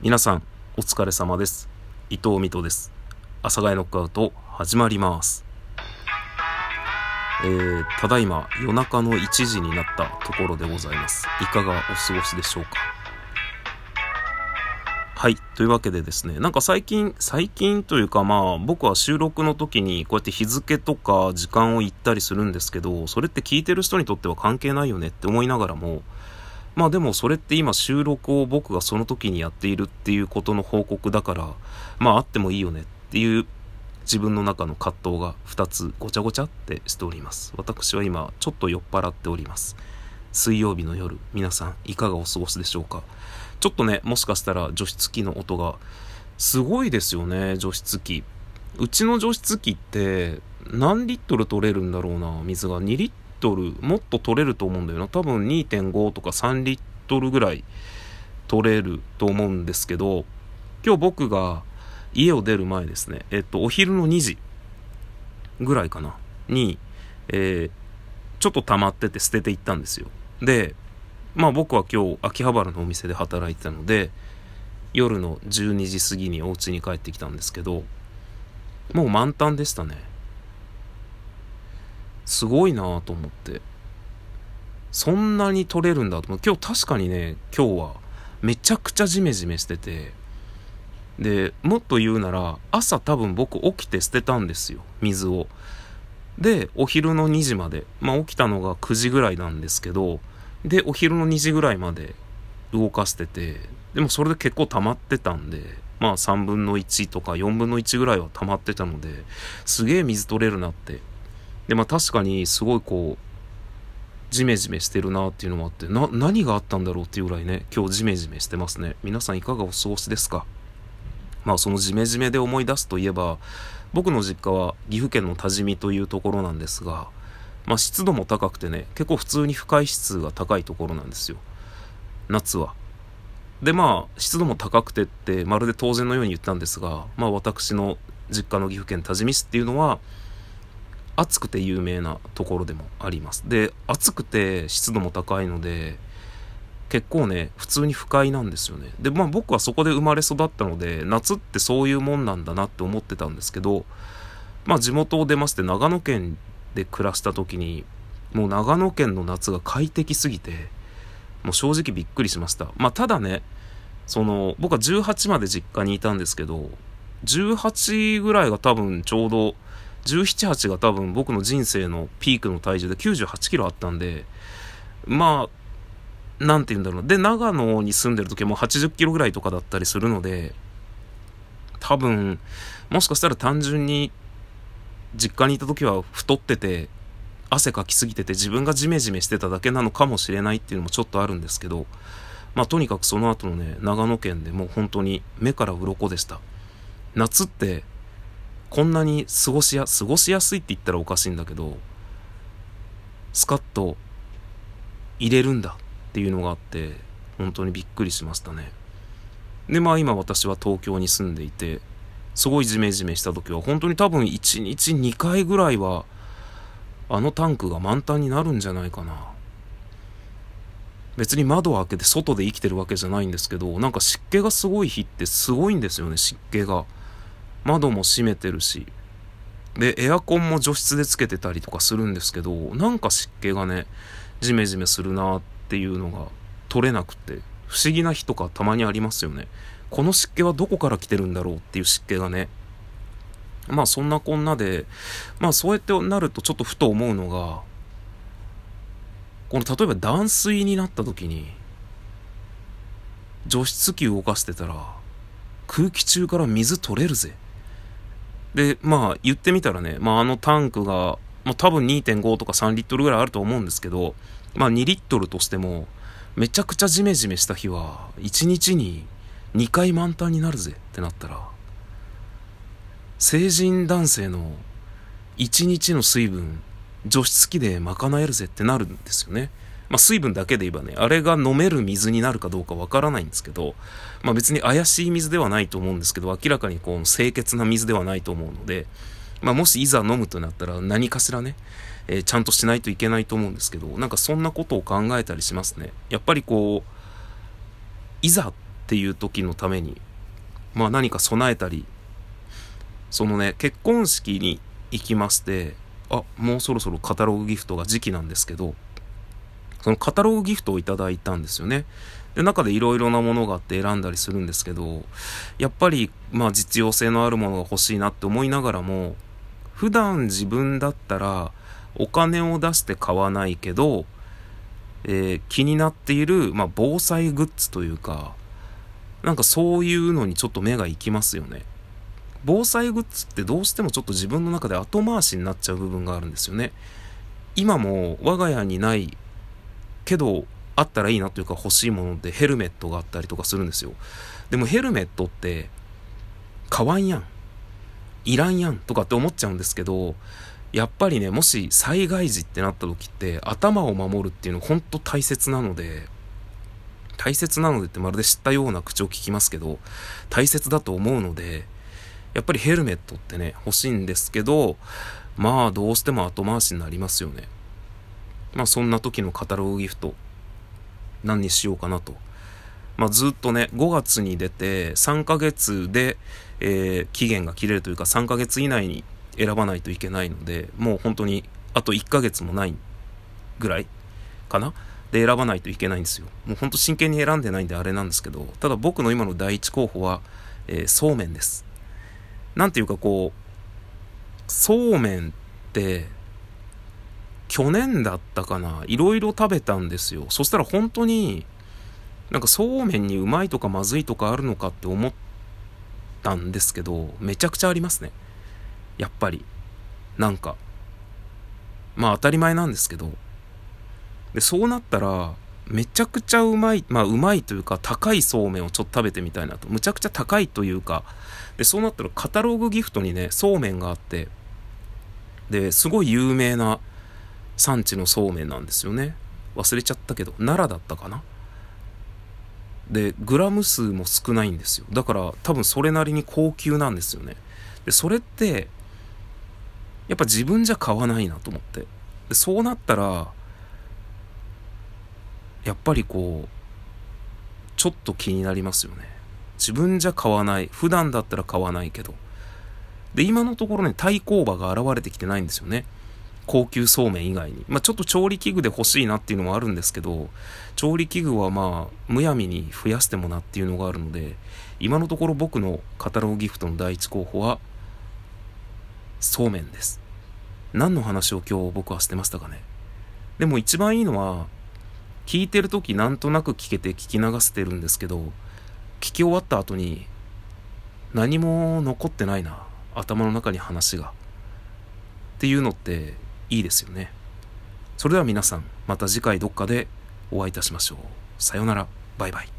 皆さんお疲れ様です。伊藤美斗です。阿佐ヶ谷ノックアウト始まります。ただいま夜中の1時になったところでございます。いかがお過ごしでしょうか。はい、というわけでですね、なんか最近というか僕は収録の時にこうやって日付とか時間を言ったりするんですけど、それって聞いてる人にとっては関係ないよねって思いながらも、でもそれって今収録を僕がその時にやっているっていうことの報告だから、あってもいいよねっていう自分の中の葛藤が2つごちゃごちゃってしております。私は今ちょっと酔っ払っております。水曜日の夜、皆さんいかがお過ごしでしょうか。ちょっとね、もしかしたら除湿機の音がすごいですよね。除湿機、うちの除湿機って何リットル取れるんだろうな。水が2リットルもっと取れると思うんだよな。多分 2.5 とか3リットルぐらい取れると思うんですけど、今日僕が家を出る前ですね、お昼の2時ぐらいかなに、ちょっと溜まってて捨てていったんですよ。で、僕は今日秋葉原のお店で働いてたので、夜の12時過ぎにお家に帰ってきたんですけど、もう満タンでしたね。すごいなぁと思って、そんなに取れるんだと思って、今日確かにね、今日はめちゃくちゃジメジメしてて、でもっと言うなら朝多分僕起きて捨てたんですよ、水を。でお昼の2時まで、起きたのが9時ぐらいなんですけど、でお昼の2時ぐらいまで動かしてて、でもそれで結構溜まってたんで、3分の1とか4分の1ぐらいは溜まってたので、すげえ水取れるなって。で確かにすごいこうジメジメしてるなっていうのもあって、何があったんだろうっていうぐらいね、今日ジメジメしてますね。皆さんいかがお過ごしですか。そのジメジメで思い出すといえば、僕の実家は岐阜県の多治見というところなんですが、湿度も高くてね、結構普通に不快指数が高いところなんですよ、夏は。で湿度も高くてってまるで当然のように言ったんですが、私の実家の岐阜県多治見市っていうのは暑くて有名なところでもあります。で暑くて湿度も高いので結構ね普通に不快なんですよね。で僕はそこで生まれ育ったので、夏ってそういうもんなんだなって思ってたんですけど、地元を出まして長野県で暮らした時に、もう長野県の夏が快適すぎて、もう正直びっくりしました。ただね、僕は18まで実家にいたんですけど、18ぐらいが多分ちょうど17、8が多分僕の人生のピークの体重で98キロあったんで、なんて言うんだろう。で長野に住んでる時はもう80キロぐらいとかだったりするので、多分もしかしたら単純に実家にいた時は太ってて汗かきすぎてて自分がジメジメしてただけなのかもしれないっていうのもちょっとあるんですけど、とにかくその後のね、長野県でもう本当に目から鱗でした。夏ってこんなに過ごしやすいって言ったらおかしいんだけど、スカッと入れるんだっていうのがあって、本当にびっくりしましたね。で今私は東京に住んでいて、すごいジメジメした時は本当に多分1日2回ぐらいはあのタンクが満タンになるんじゃないかな。別に窓を開けて外で生きてるわけじゃないんですけど、なんか湿気がすごい日ってすごいんですよね。湿気が、窓も閉めてるし、でエアコンも除湿でつけてたりとかするんですけど、なんか湿気がねジメジメするなっていうのが取れなくて、不思議な日とかたまにありますよね。この湿気はどこから来てるんだろうっていう湿気がね。そんなこんなで、そうやってなるとちょっとふと思うのが、この例えば断水になった時に除湿機動かしてたら空気中から水取れるぜ。で言ってみたらね、あのタンクが、多分 2.5 とか3リットルぐらいあると思うんですけど、2リットルとしてもめちゃくちゃジメジメした日は1日に2回満タンになるぜってなったら、成人男性の1日の水分除湿機で賄えるぜってなるんですよね。水分だけで言えばね、あれが飲める水になるかどうかわからないんですけど、別に怪しい水ではないと思うんですけど、明らかにこう清潔な水ではないと思うので、もしいざ飲むとなったら何かしらね、ちゃんとしないといけないと思うんですけど、なんかそんなことを考えたりしますね。やっぱりこういざっていう時のために、まあ何か備えたり、そのね、結婚式に行きまして、もうそろそろカタログギフトが時期なんですけど、そのカタログギフトをいただいたんですよね。で、中でいろいろなものがあって選んだりするんですけど、やっぱりまあ実用性のあるものが欲しいなって思いながらも、普段自分だったらお金を出して買わないけど、気になっている、まあ、防災グッズというか、なんかそういうのにちょっと目が行きますよね。防災グッズってどうしてもちょっと自分の中で後回しになっちゃう部分があるんですよね。今も我が家にないけどあったらいいなというか欲しいものでヘルメットがあったりとかするんですよ。でもヘルメットって買わんやん、いらんやんとかって思っちゃうんですけど、やっぱりね、もし災害時ってなった時って頭を守るっていうの本当大切なのでってまるで知ったような口を聞きますけど、大切だと思うので、やっぱりヘルメットってね欲しいんですけど、まあどうしても後回しになりますよね。まあそんな時のカタログギフト何にしようかなと。まあずっとね、5月に出て3ヶ月で、期限が切れるというか3ヶ月以内に選ばないといけないので、もう本当にあと1ヶ月もないぐらいかなで選ばないといけないんですよ。もう本当真剣に選んでないんであれなんですけど、ただ僕の今の第一候補は、そうめんです。なんていうかこう、そうめんって去年だったかな、いろいろ食べたんですよ。そしたら本当になんかそうめんにうまいとかまずいとかあるのかって思ったんですけど、めちゃくちゃありますね。やっぱりなんかまあ当たり前なんですけど、でそうなったらめちゃくちゃうまい、まあうまいというか高いそうめんをちょっと食べてみたいなと。むちゃくちゃ高いというか、でそうなったらカタログギフトにねそうめんがあって、ですごい有名な産地のそうめんなんですよね。忘れちゃったけど奈良だったかな。でグラム数も少ないんですよ。だから多分それなりに高級なんですよね。でそれってやっぱ自分じゃ買わないなと思って、でそうなったらやっぱりこうちょっと気になりますよね。自分じゃ買わない、普段だったら買わないけど、で今のところね対抗馬が現れてきてないんですよね。高級そうめん以外に、まあちょっと調理器具で欲しいなっていうのもあるんですけど、調理器具はまあむやみに増やしてもなっていうのがあるので、今のところ僕のカタログギフトの第一候補はそうめんです。何の話を今日僕はしてましたかね。でも一番いいのは聞いてる時なんとなく聞けて聞き流せてるんですけど、聞き終わった後に何も残ってないな、頭の中に話がっていうのっていいですよね。それでは皆さんまた次回どっかでお会いいたしましょう。さようなら、バイバイ。